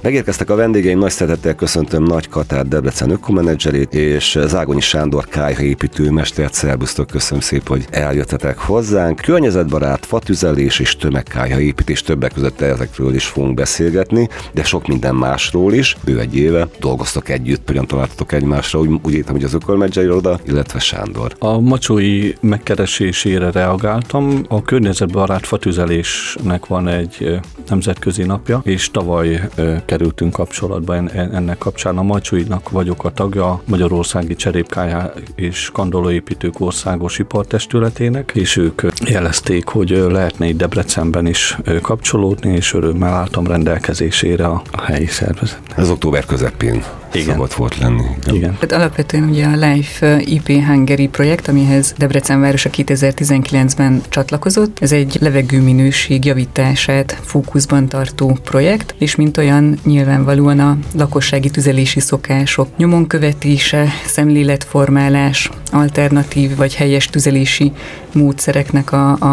Megérkeztek a vendégeim, nagy szeretettel köszöntöm Nagy Katát, Debrecen ökomenedzserét, és Zágonyi Sándor kályhaépítőmestert. Szerbusztok, köszönöm szépen, hogy eljöttetek hozzánk. Környezetbarát fatüzelés és tömegkályhaépítés, többek között ezekről is fogunk beszélgetni, de sok minden másról is. Bő egy éve dolgoztok együtt, hogyan találtatok egymásra, úgy értem, hogy az ökomenedzser iroda, illetve Sándor. A Macsói megkeresésére reagáltam. A környezetbarát fatüzelésnek van egy nemzetközi napja, és tavaly kerültünk kapcsolatba ennek kapcsán. A Macsóinak vagyok a tagja, Magyarországi Cserépkályha és Kandallóépítők Országos Ipartestületének, és ők jelezték, hogy lehetne itt Debrecenben is kapcsolódni, és örömmel álltam rendelkezésére a helyi szervezetnek. Ez október közepén szabad volt lenni. Igen. Hát alapvetően ugye a Life IP Hungary projekt, amihez Debrecen városa 2019-ben csatlakozott. Ez egy levegőminőség javítását fókuszban tartó projekt, és mint olyan nyilvánvalóan a lakossági tüzelési szokások nyomon követése, szemléletformálás, alternatív vagy helyes tüzelési módszereknek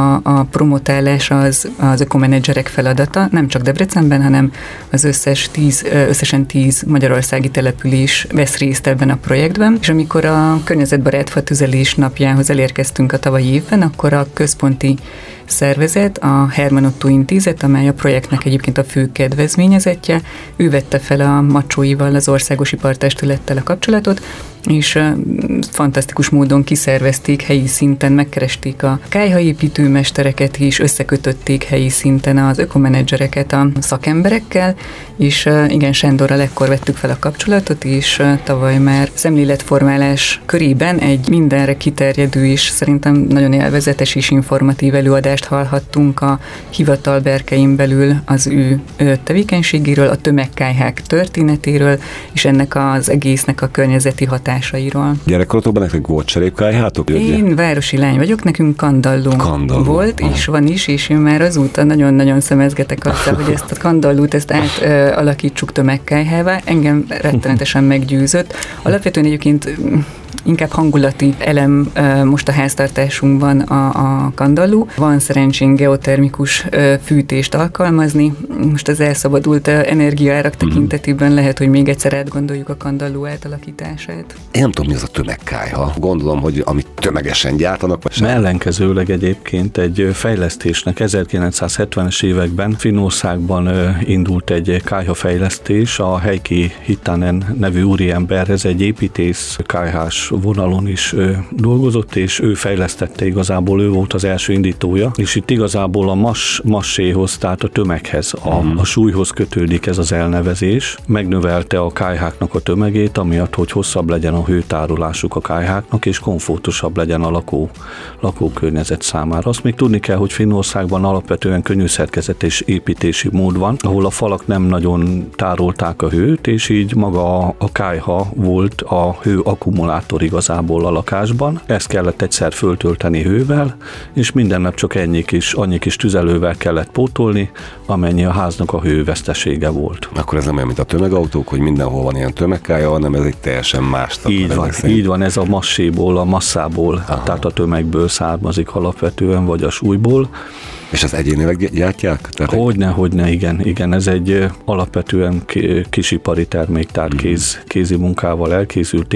a promotálása az ökomenedzserek feladata, nem csak Debrecenben, hanem az összesen 10 magyarországi település vesz részt ebben a projektben, és amikor a környezetbarát fatüzelés napjához elérkeztünk a tavalyi évben, akkor a központi szervezet, a Herman Otto Intézet, amely a projektnek egyébként a fő kedvezményezettje, ő vette fel a Macsóival, az Országos Ipartestülettel a kapcsolatot, és fantasztikus módon kiszervezték helyi szinten, megkeresték a kályhaépítőmestereket is, összekötötték helyi szinten az ökomenedzsereket a szakemberekkel, és igen, Sándorral ekkor vettük fel a kapcsolatot, és tavaly már szemléletformálás körében egy mindenre kiterjedő és szerintem nagyon élvezetes és informatív előadást hallhattunk a hivatal berkein belül az ő tevékenységéről, a tömegkályhák történetéről, és ennek az egésznek a környezeti hatásairól. Gyerekkorotokban nektek volt cserépkályhátok? Én városi lány vagyok, nekünk kandalló volt, és van is, és én már azóta nagyon-nagyon szemezgetek azzal, hogy ezt a kandallót, ezt átalakítsuk tömegkályhává. Engem rettenetesen meggyőzött. Alapvetően egyébként inkább hangulati elem most a háztartásunkban a kandalló. Van szerencsénk geotermikus fűtést alkalmazni. Most az elszabadult energiaárak tekintetében lehet, hogy még egyszer átgondoljuk a kandalló átalakítását. Én nem tudom, mi az a tömegkályha. Gondolom, hogy amit tömegesen gyártanak. Ellenkezőleg egyébként egy fejlesztésnek 1970-es években Finnországban indult egy kályhafejlesztés. A Heikki Hittanen nevű úriemberhez egy építész kályhás vonalon is dolgozott, és ő fejlesztette igazából, ő volt az első indítója, és itt igazából a masséhoz, tehát a tömeghez, a súlyhoz kötődik ez az elnevezés. Megnövelte a kályháknak a tömegét, amiatt, hogy hosszabb legyen a hőtárolásuk a kályháknak, és komfortosabb legyen a lakókörnyezet számára. Azt még tudni kell, hogy Finnországban alapvetően könnyű szerkezetes építési mód van, ahol a falak nem nagyon tárolták a hőt, és így maga a kályha volt a hő akkumulátor igazából a lakásban. Ezt kellett egyszer föltölteni hővel, és minden nap csak annyi kis tüzelővel kellett pótolni, amennyi a háznak a hővesztesége volt. Akkor ez nem olyan, mint a tömegautók, hogy mindenhol van ilyen tömegkályha, hanem ez egy teljesen más. Így van, ez a masséból, a masszából, tehát a tömegből származik alapvetően, vagy a súlyból. És ezt egyénileg gyártják? Hogyne, igen. Ez egy alapvetően kisipari termék, tehát kézi munkával elkészült,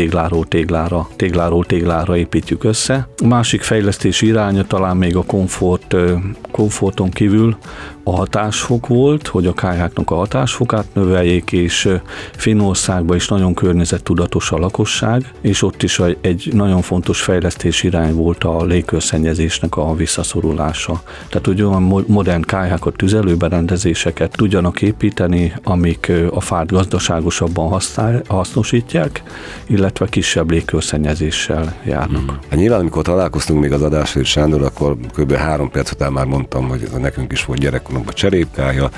tégláról téglára építjük össze. A másik fejlesztési iránya talán még a komforton kívül a hatásfok volt, hogy a kályháknak a hatásfokát növeljék, és Finnországban is nagyon környezettudatos a lakosság, és ott is egy nagyon fontos fejlesztési irány volt a légkörszennyezésnek a visszaszorulása. Tehát, hogy olyan modern kályhákat, tüzelőberendezéseket tudjanak építeni, amik a fát gazdaságosabban hasznosítják, illetve kisebb légkörszennyezéssel járnak. Hát nyilván, amikor találkoztunk még az adásért, Sándor, akkor kb. 3 perc után már mondtam, hogy nekünk is volt gyerekkorunkban cserépkályha,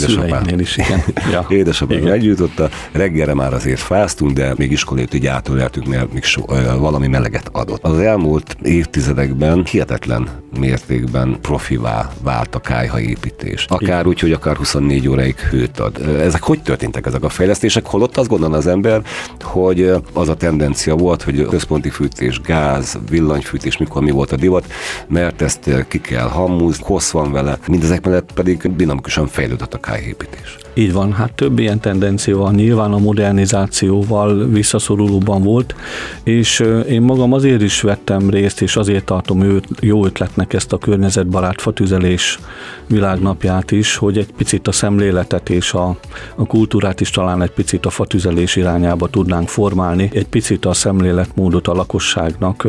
édesapám meggyújtotta, reggelre már azért fáztunk, de még iskolétig átöleltünk, mert még valami meleget adott. Az elmúlt évtizedekben hihetetlen mértékben profivá vált a kályhaépítés. Akár úgy, hogy akár 24 óráig hőt ad. Ezek hogy történtek ezek a fejlesztések? Holott azt gondolna az ember, hogy az a tendencia volt, hogy központi fűtés, gáz, villanyfűtés, mikor mi volt a divat, mert ezt ki kell hammúzni, hossz van vele, mindezek mellett pedig dinamikusan fejlődött a kályhaépítés. Így van, hát több ilyen tendencia van, nyilván a modernizációval visszaszorulóban volt, és én magam azért is vettem részt, és azért tartom jó ötletnek ezt a környezetbarát fatüzelés világnapját is, hogy egy picit a szemléletet és a kultúrát is talán egy picit a fatüzelés irányába tudnánk formálni, egy picit a szemléletmódot a lakosságnak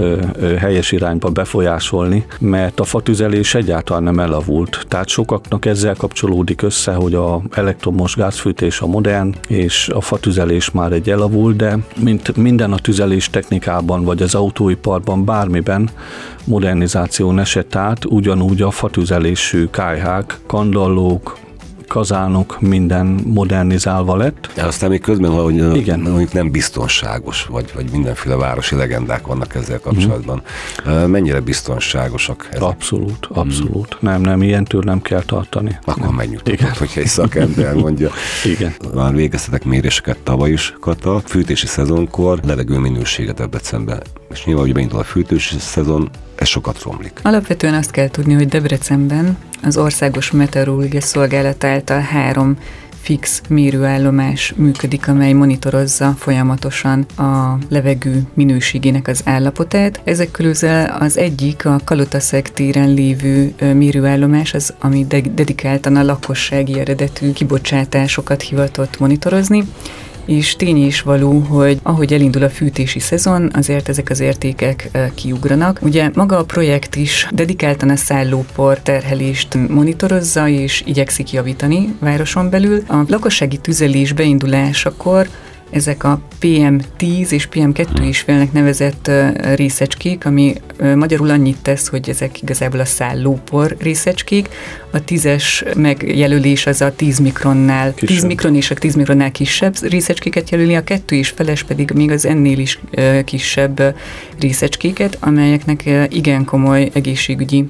helyes irányba befolyásolni, mert a fatüzelés egyáltalán nem elavult. Tehát sokaknak ezzel kapcsolódik össze, hogy a elektromos gázfűtés a modern, és a fatüzelés már egy elavult, de mint minden a tüzelés technikában, vagy az autóiparban, bármiben modernizáción esett át, ugyanúgy a fatüzelésű kályhák, kandallók, kazánok, minden modernizálva lett. De aztán még közben, hogy nem biztonságos, vagy mindenféle városi legendák vannak ezzel kapcsolatban. Mennyire biztonságosak ezek? Abszolút. Nem, ilyentől nem kell tartani. Akkor megnyugtatott, hogyha egy szakember mondja. Igen. Már végeztetek méréseket tavaly is, Kata. Fűtési szezonkor levegő minőséget Debrecenben. És nyilván, hogy beindul a fűtési szezon, ez sokat romlik. Alapvetően azt kell tudni, hogy Debrecenben az Országos Meteorológiai Szolgálat által 3 fix mérőállomás működik, amely monitorozza folyamatosan a levegő minőségének az állapotát. Ezek közül az egyik a Kalotaszeg téren lévő mérőállomás, az, ami dedikáltan a lakossági eredetű kibocsátásokat hivatott monitorozni, és tény is való, hogy ahogy elindul a fűtési szezon, azért ezek az értékek kiugranak. Ugye maga a projekt is dedikáltan a szállópor terhelést monitorozza, és igyekszik javítani városon belül. A lakossági tüzelés beindulásakor ezek a PM10 és PM2,5-nek nevezett részecskék, ami magyarul annyit tesz, hogy ezek igazából a szállópor részecskék. A 10-es megjelölés az a 10 mikronnál, kisebb. 10 mikron és a 10 mikronnál kisebb részecskéket jelöli, a 2,5-es pedig még az ennél is kisebb részecskéket, amelyeknek igen komoly egészségügyi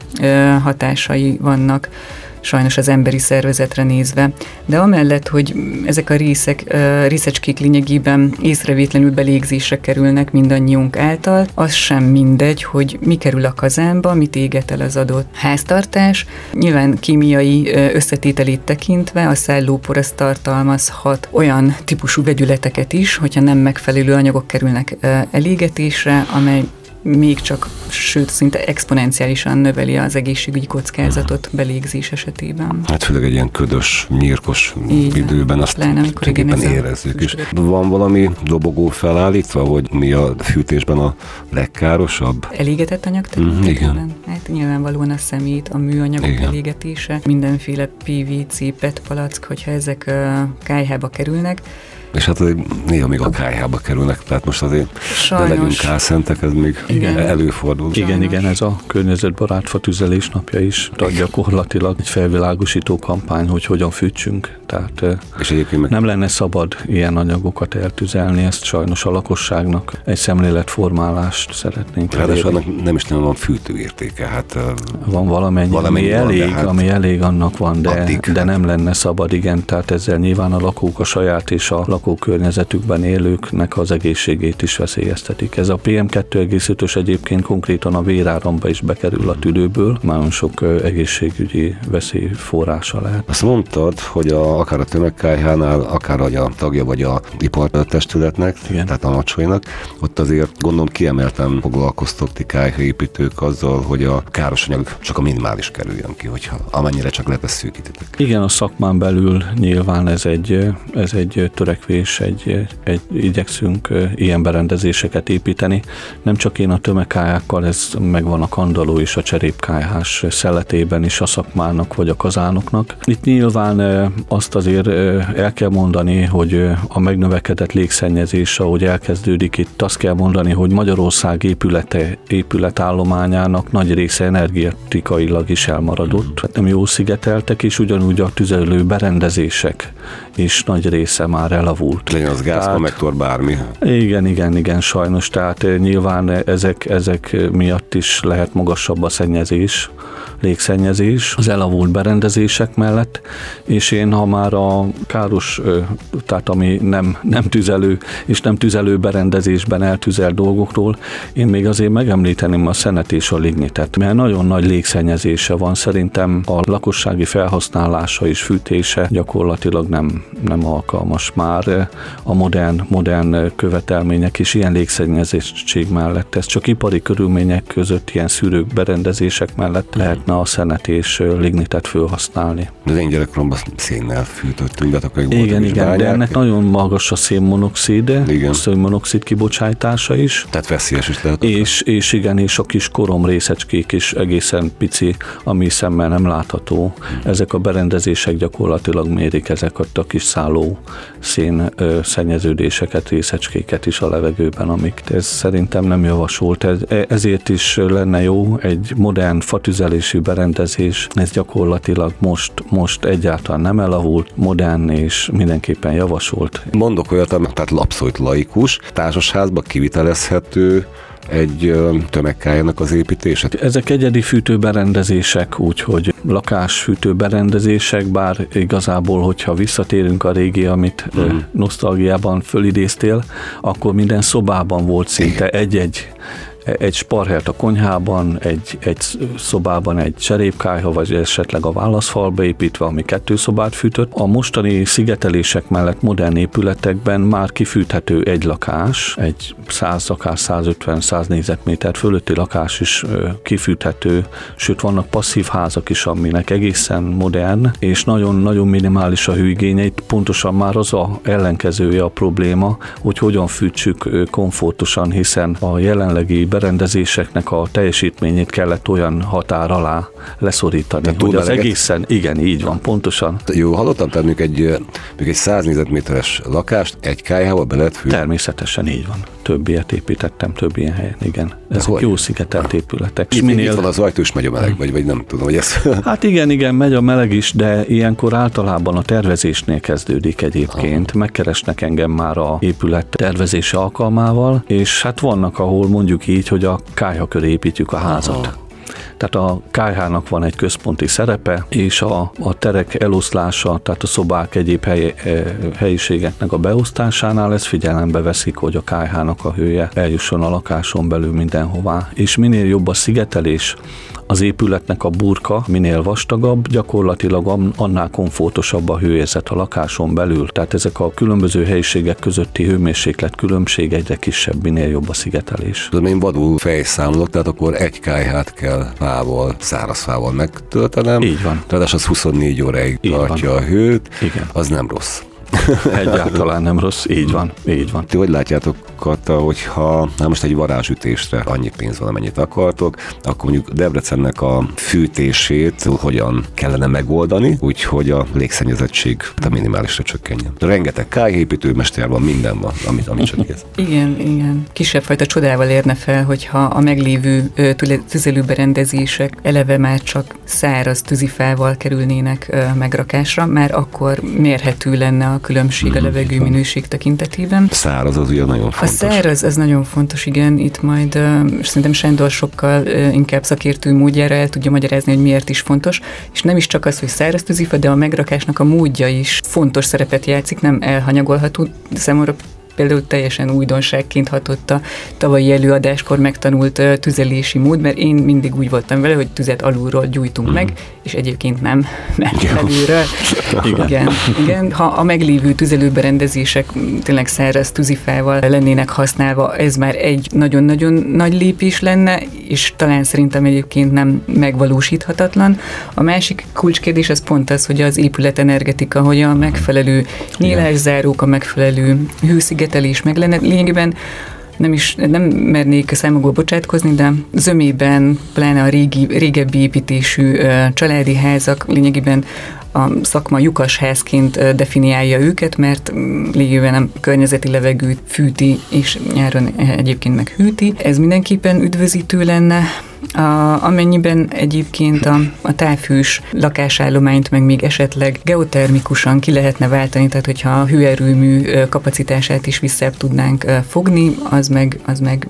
hatásai vannak, sajnos az emberi szervezetre nézve. De amellett, hogy ezek a részecskék lényegében észrevétlenül belégzésre kerülnek mindannyiunk által, az sem mindegy, hogy mi kerül a kazánba, mit éget el az adott háztartás. Nyilván kémiai összetételét tekintve a szállópor az tartalmazhat olyan típusú vegyületeket is, hogyha nem megfelelő anyagok kerülnek elégetésre, amely még csak, sőt, szinte exponenciálisan növeli az egészségügyi kockázatot belégzés esetében. Hát főleg egy ilyen ködös, nyírkos időben azt tulajdonképpen érezzük is. Van valami dobogó felállítva, hogy mi a fűtésben a legkárosabb? Elégetett anyag igen. Hát nyilvánvalóan a szemét, a műanyagok elégetése, mindenféle PVC, PET palack, hogyha ezek kályhába kerülnek. És hát néha még a kályhába kerülnek, tehát most azért de legyünk álszentek, ez még előfordul. Igen, ez a környezetbarát fatüzelés napja is gyakorlatilag egy felvilágosító kampány, hogy hogyan fűtsünk. Tehát és egyébként nem lenne szabad ilyen anyagokat eltüzelni, ezt sajnos a lakosságnak egy szemléletformálást szeretnénk. Ráadásul annak nem is van fűtőértéke. Hát, van valamennyi ami elég annak van, de nem lenne szabad, igen. Tehát ezzel nyilván a lakók a saját és a lakókörnyezetükben élőknek az egészségét is veszélyeztetik. Ez a PM2,5-ös egyébként konkrétan a véráramba is bekerül a tüdőből, nagyon sok egészségügyi veszélyforrása lehet. Azt mondtad, hogy akár a tömegkályhánál, akár a tagja vagy a ipartestületnek, tehát a macsóinak, ott azért gondolom kiemelten foglalkoztok ti kályhaépítők azzal, hogy a káros anyag csak a minimális kerüljön ki, hogyha amennyire csak lehet, ezt szűkítitek. Igen, a szakmán belül nyilván ez egy törekvés, igyekszünk ilyen berendezéseket építeni. Nem csak én a tömegkályhákkal, ez megvan a kandalló és a cserépkályhás szeletében is a szakmának vagy a kazánoknak. Itt nyilván azt azért el kell mondani, hogy a megnövekedett légszennyezés, ahogy elkezdődik, itt azt kell mondani, hogy Magyarország épületállományának nagy része energetikailag is elmaradott. Nem jó szigeteltek, és ugyanúgy a tüzelő berendezések is nagy része már elavult. Legyen az gázkonnektor, bármi. Igen, sajnos. Tehát nyilván ezek miatt is lehet magasabb a szennyezés, légszennyezés az elavult berendezések mellett, és én, ha már a káros, tehát ami nem tüzelő és nem tüzelő berendezésben eltüzel dolgokról, én még azért megemlíteném a szenet és a lignitet, mert nagyon nagy légszennyezése van. Szerintem a lakossági felhasználása és fűtése gyakorlatilag nem alkalmas már a modern követelmények és ilyen légszennyezésség mellett. Ez csak ipari körülmények között ilyen szűrők, berendezések mellett lehetne a szenet és lignitet felhasználni. De az én gyerekkoromban szénnel fűtöttünk, igen, de ennek nagyon magas a szénmonoxid, a szénmonoxid kibocsátása is. Tehát veszélyes is lehet. És igen, és a kis korom részecskék is egészen pici, ami szemmel nem látható. Ezek a berendezések gyakorlatilag mérik ezeket a kis szálló szén szennyeződéseket, részecskéket is a levegőben, amik ez szerintem nem javasolt. Ezért is lenne jó egy modern fatüzelési berendezés. Ez gyakorlatilag most egyáltalán nem elavult, modern és mindenképpen javasolt. Mondok olyat, tehát abszolút laikus, társasházba kivitelezhető egy tömegkájának az építése? Ezek egyedi fűtőberendezések, úgyhogy lakásfűtőberendezések, bár igazából, hogyha visszatérünk a régi, amit nosztalgiában fölidéztél, akkor minden szobában volt szinte egy sparhert a konyhában, egy szobában egy cserépkályha, vagy esetleg a válaszfalba építve, ami 2 szobát fűtött. A mostani szigetelések mellett modern épületekben már kifűthető egy lakás, egy 100, akár 150-100 négyzetméter fölötti lakás is kifűthető, sőt vannak passzív házak is, aminek egészen modern, és nagyon-nagyon minimális a hőigénye. Itt pontosan már az a ellenkezője a probléma, hogy hogyan fűtsük komfortosan, hiszen a jelenlegi berendezéseknek a teljesítményét kellett olyan határ alá leszorítani, hogy az egészen, igen, így van, pontosan. Jó, hallottam, tehát még egy 100 négyzetméteres lakást egy kályhával be lehet fűteni? Természetesen így van. Több ilyet építettem, több ilyen helyen, igen. Ezek jó szigetelt épületek. Itt van az ajtó, és megy a meleg, vagy nem tudom, hogy ez... Hát igen, megy a meleg is, de ilyenkor általában a tervezésnél kezdődik egyébként. Megkeresnek engem már a épület tervezési alkalmával, és hát vannak, ahol mondjuk így, hogy a kályha köré építjük a házat. Tehát a kályhának van egy központi szerepe, és a terek eloszlása, tehát a szobák egyéb helyiségeknek a beosztásánál ezt figyelembe veszik, hogy a kályhának a hője eljusson a lakáson belül mindenhová. És minél jobb a szigetelés, az épületnek a burka minél vastagabb, gyakorlatilag annál komfortosabb a hőérzet a lakáson belül. Tehát ezek a különböző helyiségek közötti hőmérséklet különbség egyre kisebb, minél jobb a szigetelés. Én vadul fejszámolok, tehát akkor egy kályhát kell száraz fával megtöltenem. Így van. Tehát az 24 óráig tartja a hőt. Igen. Az nem rossz. Egyáltalán nem rossz, így van. Ti hogy látjátok, Katta, hogyha most egy varázsütésre annyi pénz van, amennyit akartok, akkor mondjuk Debrecennek a fűtését hogyan kellene megoldani, úgyhogy a légszennyezettség a minimálisra csökkenjen. Rengeteg kályhépítő mester van, minden van, amit csak kész. Igen. Kisebb fajta csodával érne fel, hogyha a meglévő tüzelőberendezések eleve már csak száraz tűzifával kerülnének megrakásra, már akkor mérhető lenne a különbség a levegő minőség tekintetében. Száraz az ugye nagyon fontos. A száraz, ez nagyon fontos, igen. Itt majd szerintem Sándor sokkal inkább szakértő módjára el tudja magyarázni, hogy miért is fontos, és nem is csak az, hogy száraz tűzifa, de a megrakásnak a módja is fontos szerepet játszik, nem elhanyagolható. Számomra például teljesen újdonságként hatott a tavalyi előadáskor megtanult tüzelési mód, mert én mindig úgy voltam vele, hogy tüzet alulról gyújtunk meg, és egyébként nem, mert felülről. Igen. Ha a meglévő tüzelőberendezések tényleg száraz tűzifával lennének használva, ez már egy nagyon-nagyon nagy lépés lenne, és talán szerintem egyébként nem megvalósíthatatlan. A másik kulcskérdés az pont az, hogy az épületenergetika, hogy a megfelelő nyílászárók, a megfelelő hőszigetelés meg lenne. Lényegében nem mernék számokból bocsátkozni, de zömében, pláne a régebbi építésű családi házak lényegében a szakma lyukasházként definiálja őket, mert lényegében nem környezeti levegőt fűti, és nyáron egyébként meg hűti. Ez mindenképpen üdvözítő lenne. Amennyiben egyébként a távhős lakásállományt meg még esetleg geotermikusan ki lehetne váltani, tehát hogyha a hőerőmű kapacitását is visszább tudnánk fogni, az meg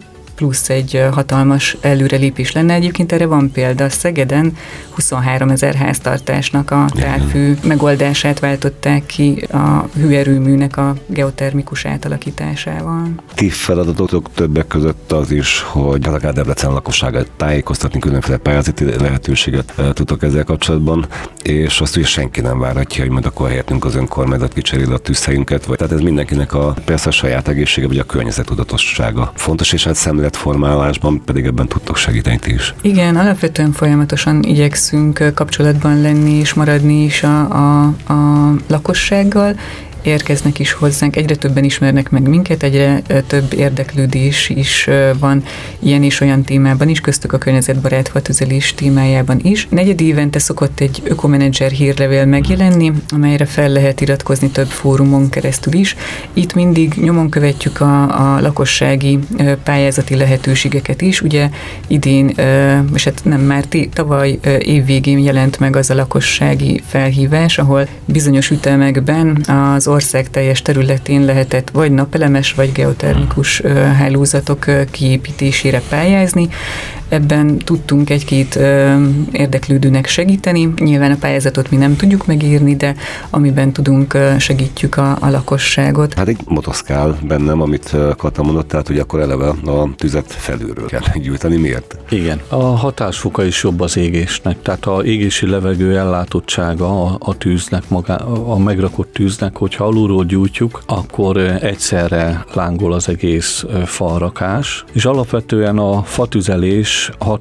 plusz egy hatalmas előrelépés lenne. Egyébként erre van példa. Szegeden 23 000 háztartásnak a távfű megoldását váltották ki a hőerőműnek a geotermikus átalakításával. Ti feladatotok többek között az is, hogy akár Debrecen lakosságát tájékoztatni, különféle pályázati lehetőséget tudtok ezzel kapcsolatban, és azt ugye senki nem várhatja, hogy majd akkor helyettünk az önkormányzat kicserél a tűzhelyünket, vagy tehát ez mindenkinek persze a saját egészsége, vagy a környezettudatossága fontos, és hát szemléletformálásban pedig ebben tudtok segíteni ti is. Igen, alapvetően folyamatosan igyekszünk kapcsolatban lenni és maradni is a lakossággal. Érkeznek is hozzánk, egyre többen ismernek meg minket, egyre több érdeklődés is van ilyen és olyan témában is, köztük a környezetbarát fatüzelés témájában is. Negyed évente szokott egy ökomenedzser hírlevél megjelenni, amelyre fel lehet iratkozni több fórumon keresztül is. Itt mindig nyomon követjük a lakossági pályázati lehetőségeket is. Ugye idén, és hát nem már tavaly évvégén jelent meg az a lakossági felhívás, ahol bizonyos ütemekben az ország teljes területén lehetett vagy napelemes, vagy geotermikus hálózatok kiépítésére pályázni. Ebben tudtunk egy-két érdeklődőnek segíteni. Nyilván a pályázatot mi nem tudjuk megírni, de amiben tudunk, segítjük a lakosságot. Hát egy motoszkál bennem, amit Kata mondott, tehát hogy akkor eleve a tüzet felülről kell gyújtani. Miért? Igen. A hatásfoka is jobb az égésnek, tehát a égési levegő ellátottsága a tűznek, a megrakott tűznek, hogyha alulról gyújtjuk, akkor egyszerre lángol az egész farakás, és alapvetően a fatüzelés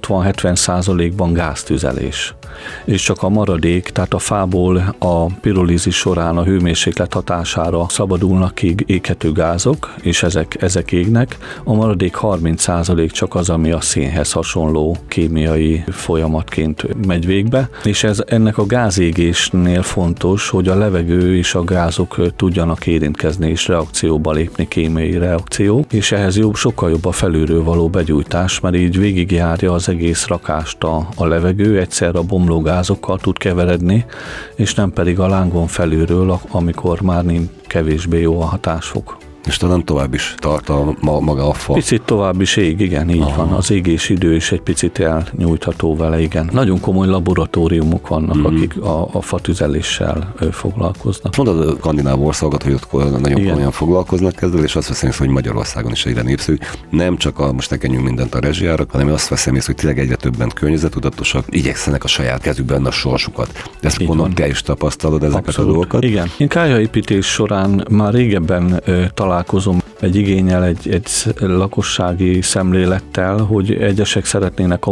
60-70%-ban gáztüzelés. És csak a maradék, tehát a fából a pirolízis során a hőmérséklet hatására szabadulnak ki éghető gázok, és ezek égnek. A maradék 30% csak az, ami a szénhez hasonló kémiai folyamatként megy végbe, és ennek a gázégésnél fontos, hogy a levegő és a gázok tudjanak érintkezni és reakcióba lépni, kémiai reakció, és ehhez sokkal jobb a felülről való begyújtás, mert így végigjárja az egész rakást a levegő, egyszerre a bomlógázokkal tud keveredni, és nem pedig a lángon felülről, amikor már kevésbé jó a hatásfok. És talán tovább is tart maga a fa. Picit tovább is ég, igen, így van. Az égés idő is egy picit elnyújtható vele, igen. Nagyon komoly laboratóriumok vannak, akik a fatüzeléssel foglalkoznak. Mondod a skandináv országokat, hogy ott nagyon komolyan foglalkoznak ezzel, és azt veszem észre, hogy Magyarországon is egyre népszerű. Nem csak most ne kenjünk mindent a rezsijárak, hanem azt veszem észre, hogy tényleg egyre többen környezetudatosak, igyekszenek a saját kezükben a sorsukat. Ezt gondolom, te is tapasztalod ezeket abszolút a dolgokat. Igen. Én kályaépítés során már régebben találkozom egy igénnyel, egy lakossági szemlélettel, hogy egyesek szeretnének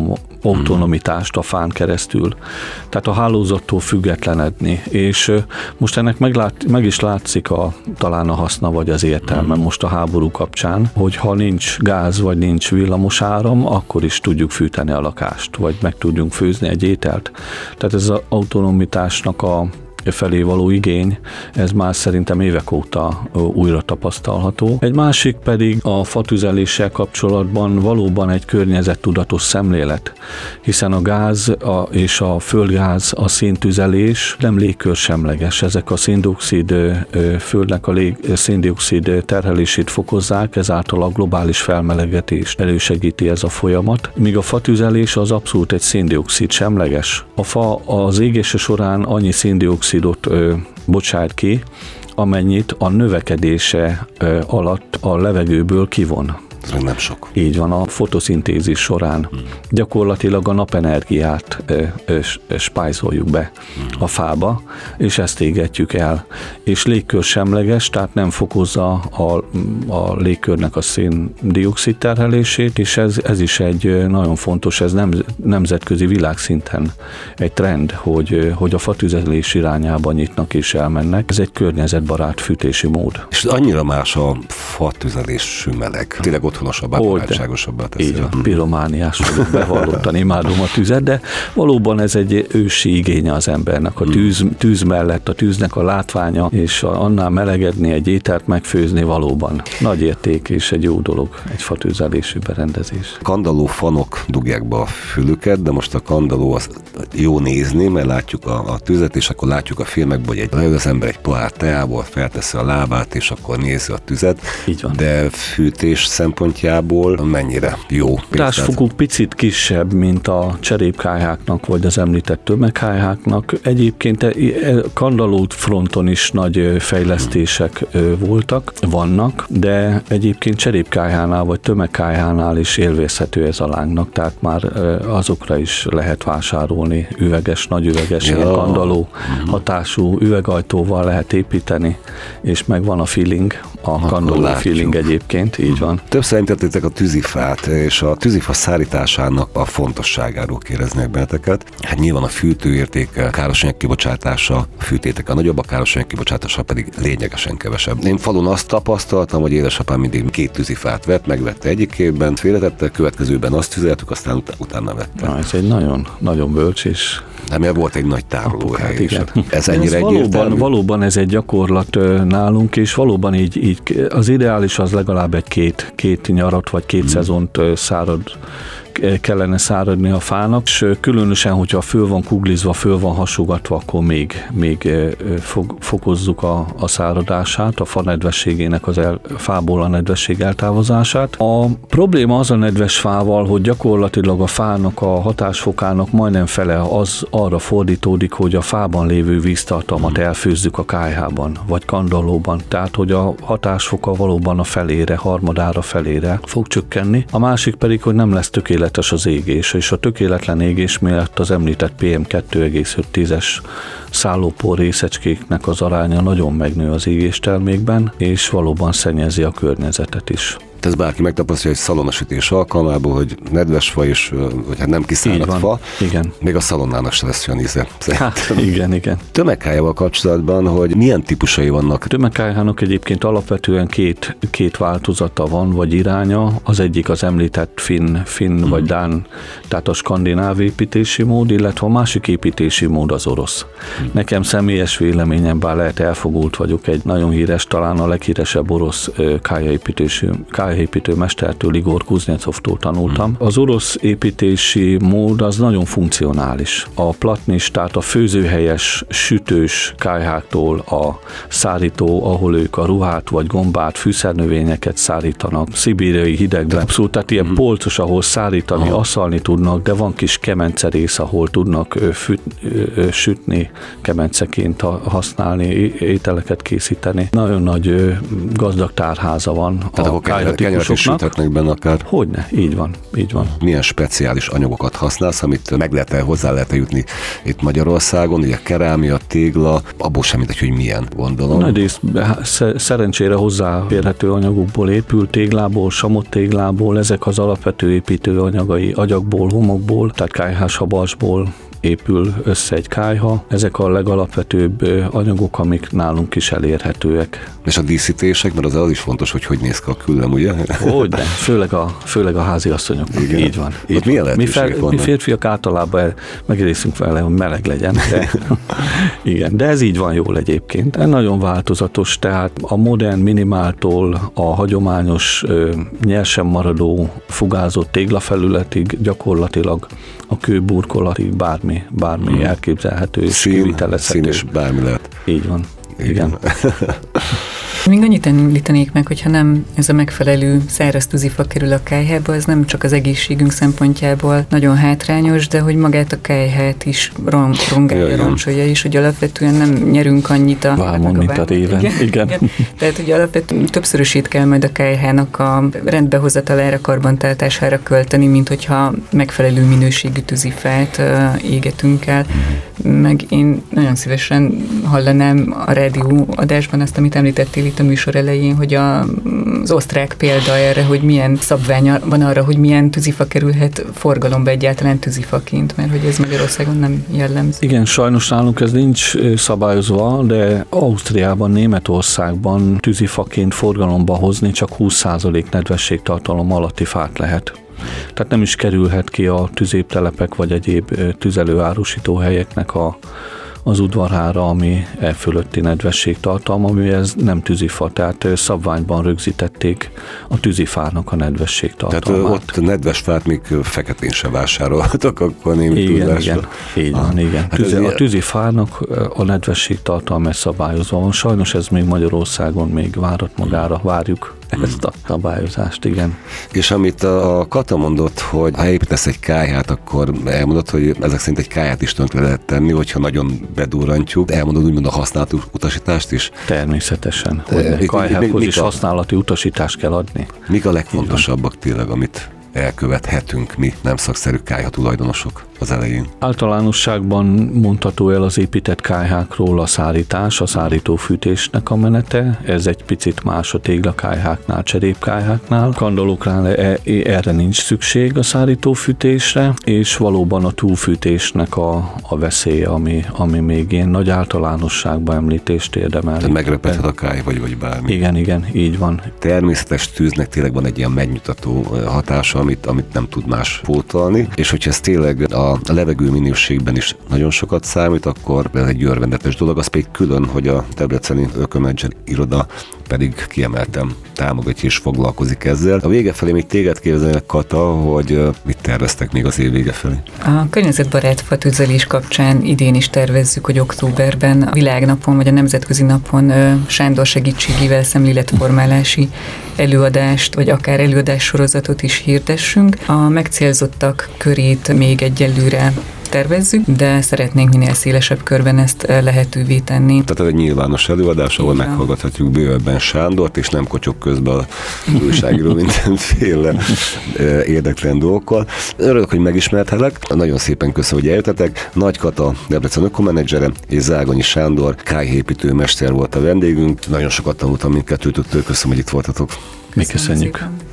autonomitást a fán keresztül. Tehát a hálózattól függetlenedni. És most ennek meg is látszik talán a haszna vagy az értelme most a háború kapcsán, hogy ha nincs gáz vagy nincs villamos áram, akkor is tudjuk fűteni a lakást, vagy meg tudjunk főzni egy ételt. Tehát ez az autonomitásnak a felé való igény, ez már szerintem évek óta újra tapasztalható. Egy másik pedig a fatüzeléssel kapcsolatban valóban egy környezettudatos szemlélet, hiszen a gáz és a földgáz, a széntüzelés nem légkörsemleges. Ezek a széndioxid földnek a széndioxid terhelését fokozzák, ezáltal a globális felmelegedést elősegíti ez a folyamat, míg a fatüzelés az abszolút egy széndioxid semleges. A fa az égése során annyi széndioxidot bocsát ki, amennyit a növekedése alatt a levegőből kivon. Ez nem sok. Így van, a fotoszintézis során. Gyakorlatilag a napenergiát spájzoljuk be a fába, és ezt égetjük el. És légkörsemleges, tehát nem fokozza a légkörnek a szén-dioxid terhelését, és ez is egy nagyon fontos, ez nemzetközi világszinten egy trend, hogy a fatüzelés irányába nyitnak és elmennek. Ez egy környezetbarát fűtési mód. És annyira más a fatüzelésű meleg. Tényleg otthonosabbá, barátságosabbá teszi. Így van, piromániás vagyok, bevallottan imádom a tüzet, de valóban ez egy ősi igénye az embernek. A tűz mellett, a tűznek a látványa, és annál melegedni, egy ételt megfőzni valóban nagy érték és egy jó dolog, egy fatüzelésű berendezés. Kandalló fanok dugják be a fülüket, de most a kandalló az jó nézni, mert látjuk a tüzet, és akkor látjuk a filmekben, hogy leül az ember egy pohár teából, felteszi a lábát, és akkor nézi a tüzet. Így van. De fűtés szempontjából szempontjából mennyire jó? Hatásfokuk picit kisebb, mint a cserépkályháknak, vagy az említett tömegkályháknak. Egyébként kandallót fronton is nagy fejlesztések vannak, de egyébként cserépkályhánál vagy tömegkályhánál is élvezhető ez a lángnak, tehát már azokra is lehet vásárolni nagyüveges, kandalló hatású üvegajtóval lehet építeni, és megvan a feeling, a kandalló feeling egyébként, így van. Többször említettétek a tűzifát, és a tűzifa szállításának a fontosságáról kérdeznék benneteket. Hát nyilván a fűtőértéke, károsanyag kibocsátása, a fűtétek a nagyobb, a károsanyag kibocsátása pedig lényegesen kevesebb. Én falun azt tapasztaltam, hogy édesapám mindig 2 tűzifát vett, megvette egyik évben, félretette, következőben azt tüzeltük, aztán utána vette. Na, ez egy nagyon, nagyon bölcs és nem, volt egy nagy tárolóhely. Hát igen. Ez ennyire valóban ez egy gyakorlat nálunk, és valóban így az ideális az legalább egy két nyarat vagy 2 szezont kellene száradni a fának, és különösen, hogyha föl van kuglizva, föl van hasogatva, akkor még fokozzuk a száradását, a fa nedvességének, fából a nedvesség eltávozását. A probléma az a nedves fával, hogy gyakorlatilag a fának a hatásfokának majdnem fele az arra fordítódik, hogy a fában lévő víztartalmat elfőzzük a kályhában, vagy kandallóban, tehát hogy a hatásfoka valóban a felére, harmadára felére fog csökkenni. A másik pedig, hogy nem lesz tökéletes az égés, és a tökéletlen égés miatt az említett PM2,5-es szállópor részecskéknek az aránya nagyon megnő az égéstermékben, és valóban szennyezi a környezetet is. Ez bárki megtapasztalja, hogy szalonasütés alkalmából, hogy nedves fa és vagy hát nem kiszáradt fa, igen. Még a szalonnának se lesz olyan íze. Hát, igen. Tömegkályhával kapcsolatban, hogy milyen típusai vannak? Tömegkályhának egyébként alapvetően két változata van, vagy iránya. Az egyik az említett finn vagy dán, tehát a skandináv építési mód, illetve a másik építési mód az orosz. Nekem személyes véleményem, bár lehet elfogult vagyok, egy nagyon híres, talán a leghíresebb orosz kályhaépítő mestertől, Igor Kuznecovtól tanultam. Az orosz építési mód az nagyon funkcionális. A platnis, tehát a főzőhelyes, sütős kályháktól a szárító, ahol ők a ruhát vagy gombát, fűszernövényeket szárítanak, szibériai hidegben, abszolút, tehát ilyen polcos, ahol szárítani, asszalni tudnak, de van kis kemencerész, ahol tudnak sütni, kemenceként használni, ételeket készíteni. Nagyon nagy gazdag tárháza van a kályhatípusoknak. Is süthetnek benne akár. Hogyne, így van. Milyen speciális anyagokat használsz, amit hozzá lehet jutni itt Magyarországon, ugye kerámia, tégla, abból sem mindegy, hogy milyen, gondolom. Nagyrészt szerencsére hozzáférhető anyagokból épül, téglából, samottéglából, ezek az alapvető építő anyagai, agyagból, homokból, tehát kályháshabasból épül össze egy kályha. Ezek a legalapvetőbb anyagok, amik nálunk is elérhetőek. És a díszítések, mert az is fontos, hogy néz ki a küllem, ugye? Hogyne, főleg a háziasszonyoknak. Igen. Így van. Milyen lehetőségek vannak? Mi férfiak általában megrészünk vele, hogy meleg legyen. Igen, de ez így van jól egyébként. Ez nagyon változatos, tehát a modern minimáltól a hagyományos nyersen maradó fugázott téglafelületig gyakorlatilag a kőburkolatig bármi elképzelhető és kivitelezhető. Szín és bármi lehet. Így van. Igen. Még annyit említenék meg, hogyha nem ez a megfelelő száraz tűzifa kerül a kályhába, az nem csak az egészségünk szempontjából nagyon hátrányos, de hogy magát a kályhát is roncsolja is, hogy alapvetően nem nyerünk annyit mint a réven. Igen. Tehát, hogy alapvetően többszörösét kell majd a kályhának a rendbehozatalára, karbantartására költeni, mint hogyha megfelelő minőségű tűzifát égetünk el. Meg én nagyon szívesen hallanám a rádióadásban azt, amit említettél itt a műsor elején, hogy az osztrák példa erre, hogy milyen szabvány van arra, hogy milyen tűzifa kerülhet forgalomba egyáltalán tűzifaként, mert hogy ez Magyarországon nem jellemző. Igen, sajnos nálunk ez nincs szabályozva, de Ausztriában, Németországban tűzifaként forgalomba hozni csak 20% nedvességtartalom alatti fát lehet. Tehát nem is kerülhet ki a tüzéptelepek vagy egyéb tüzelőárusító helyeknek az udvarára, ami fölötti nedvességtartalma, ami ez nem tűzifa, tehát szabványban rögzítették a tűzifának a nedvességtartalmát. Tehát ott nedves fát még feketén se vásárolhatok, akkor némi tudásra. Igen. A tűzifának a nedvességtartalma szabályozva van. Sajnos ez még Magyarországon még várat magára, várjuk. ezt a szabályozást, igen. És amit a Kata mondott, hogy ha építesz egy kályhát, akkor elmondod, hogy ezek szerint egy kályhát is tönkre lehet tenni, hogyha nagyon bedurrantjuk. Elmondod úgymond a használati utasítást is? Természetesen. Hogy kályhákhoz is használati utasítást kell adni. Mik a legfontosabbak tényleg, amit elkövethetünk mi, nem szakszerű kályha tulajdonosok az elején? Általánosságban mondható el az épített kályhákról a szárítás, a szárítófűtésnek a menete. Ez egy picit más a téglakályháknál, cserépkályháknál. Kandallóknál erre nincs szükség a szárítófűtésre, és valóban a túlfűtésnek a veszélye, ami még ilyen nagy általánosságban említést érdemel. Tehát megrepedhet a kályha, vagy bármi. Igen, így van. Természetes tűznek tényleg van egy ilyen megnyugtató hatása, amit nem tud más pótolni, és hogyha ez tényleg a levegő minőségben is nagyon sokat számít, akkor ez egy örvendetes dolog, az pedig külön, hogy a debreceni Ökomenedzser iroda pedig kiemeltem támogatja és foglalkozik ezzel. A vége felé még téged kérdezelek, Kata, hogy mit terveztek még az év vége felé? A környezetbarát fatüzelés kapcsán idén is tervezzük, hogy októberben a Világnapon vagy a Nemzetközi Napon Sándor segítségével szemléletformálási előadást, vagy akár előadássorozatot is hirdessünk. A megcélzottak körét még egyelőre tervezzük, de szeretnénk minél szélesebb körben ezt lehetővé tenni. Tehát ez egy nyilvános előadás, ahol meghallgathatjuk bővebben Sándort, és nem kocsok közben a újságíró mindenféle érdektelen dolgokkal. Örülök, hogy megismerthetlek. Nagyon szépen köszönöm, hogy eljöttetek. Nagy Kata, Debrecen Ökomenedzsere, és Zágonyi Sándor, kályhaépítő mester volt a vendégünk. Nagyon sokat tanultam mindkettőtöktől. Köszönöm, hogy itt voltatok. Mi köszönjük.